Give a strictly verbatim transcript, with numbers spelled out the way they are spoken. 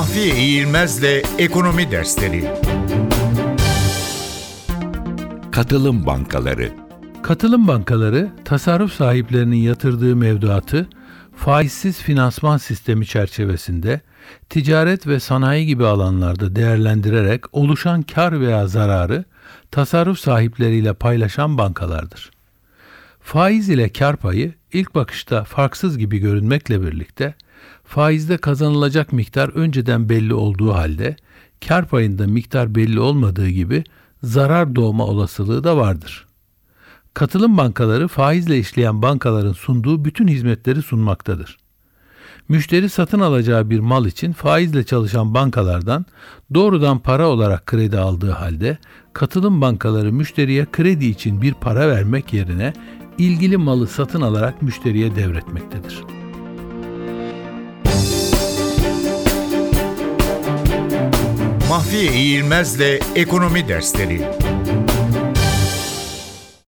Mahfiye İğilmez'le Ekonomi Dersleri. Katılım bankaları. Katılım bankaları, tasarruf sahiplerinin yatırdığı mevduatı faizsiz finansman sistemi çerçevesinde ticaret ve sanayi gibi alanlarda değerlendirerek oluşan kar veya zararı tasarruf sahipleriyle paylaşan bankalardır. Faiz ile kar payı ilk bakışta farksız gibi görünmekle birlikte faizde kazanılacak miktar önceden belli olduğu halde kar payında miktar belli olmadığı gibi zarar doğma olasılığı da vardır. Katılım bankaları faizle işleyen bankaların sunduğu bütün hizmetleri sunmaktadır. Müşteri satın alacağı bir mal için faizle çalışan bankalardan doğrudan para olarak kredi aldığı halde katılım bankaları müşteriye kredi için bir para vermek yerine ilgili malı satın alarak müşteriye devretmektedir. Mahfiye İğilmez'le Ekonomi Dersleri.